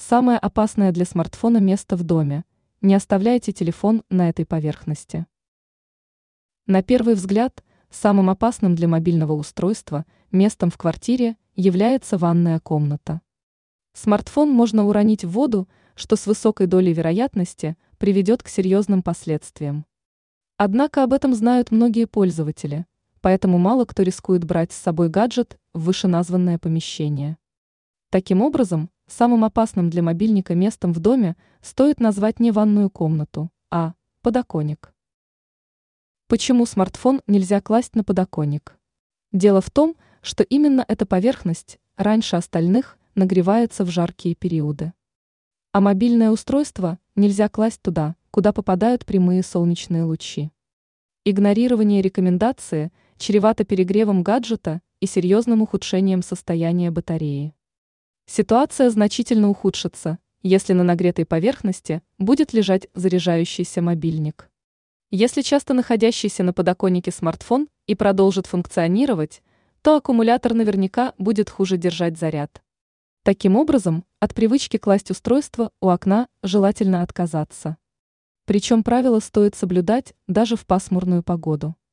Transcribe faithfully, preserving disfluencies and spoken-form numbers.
самое опасное для смартфона место в доме. Не оставляйте телефон на этой поверхности. На первый взгляд, самым опасным для мобильного устройства местом в квартире является ванная комната. Смартфон можно уронить в воду, что с высокой долей вероятности приведет к серьезным последствиям. Однако об этом знают многие пользователи, поэтому мало кто рискует брать с собой гаджет в вышеназванное помещение. Таким образом, самым опасным для мобильника местом в доме стоит назвать не ванную комнату, а подоконник. Почему смартфон нельзя класть на подоконник? Дело в том, что именно эта поверхность раньше остальных нагревается в жаркие периоды. А мобильное устройство нельзя класть туда, куда попадают прямые солнечные лучи. Игнорирование рекомендации чревато перегревом гаджета и серьезным ухудшением состояния батареи. Ситуация значительно ухудшится, если на нагретой поверхности будет лежать заряжающийся мобильник. Если часто находящийся на подоконнике смартфон и продолжит функционировать, то аккумулятор наверняка будет хуже держать заряд. Таким образом, от привычки класть устройство у окна желательно отказаться. Причем правила стоит соблюдать даже в пасмурную погоду.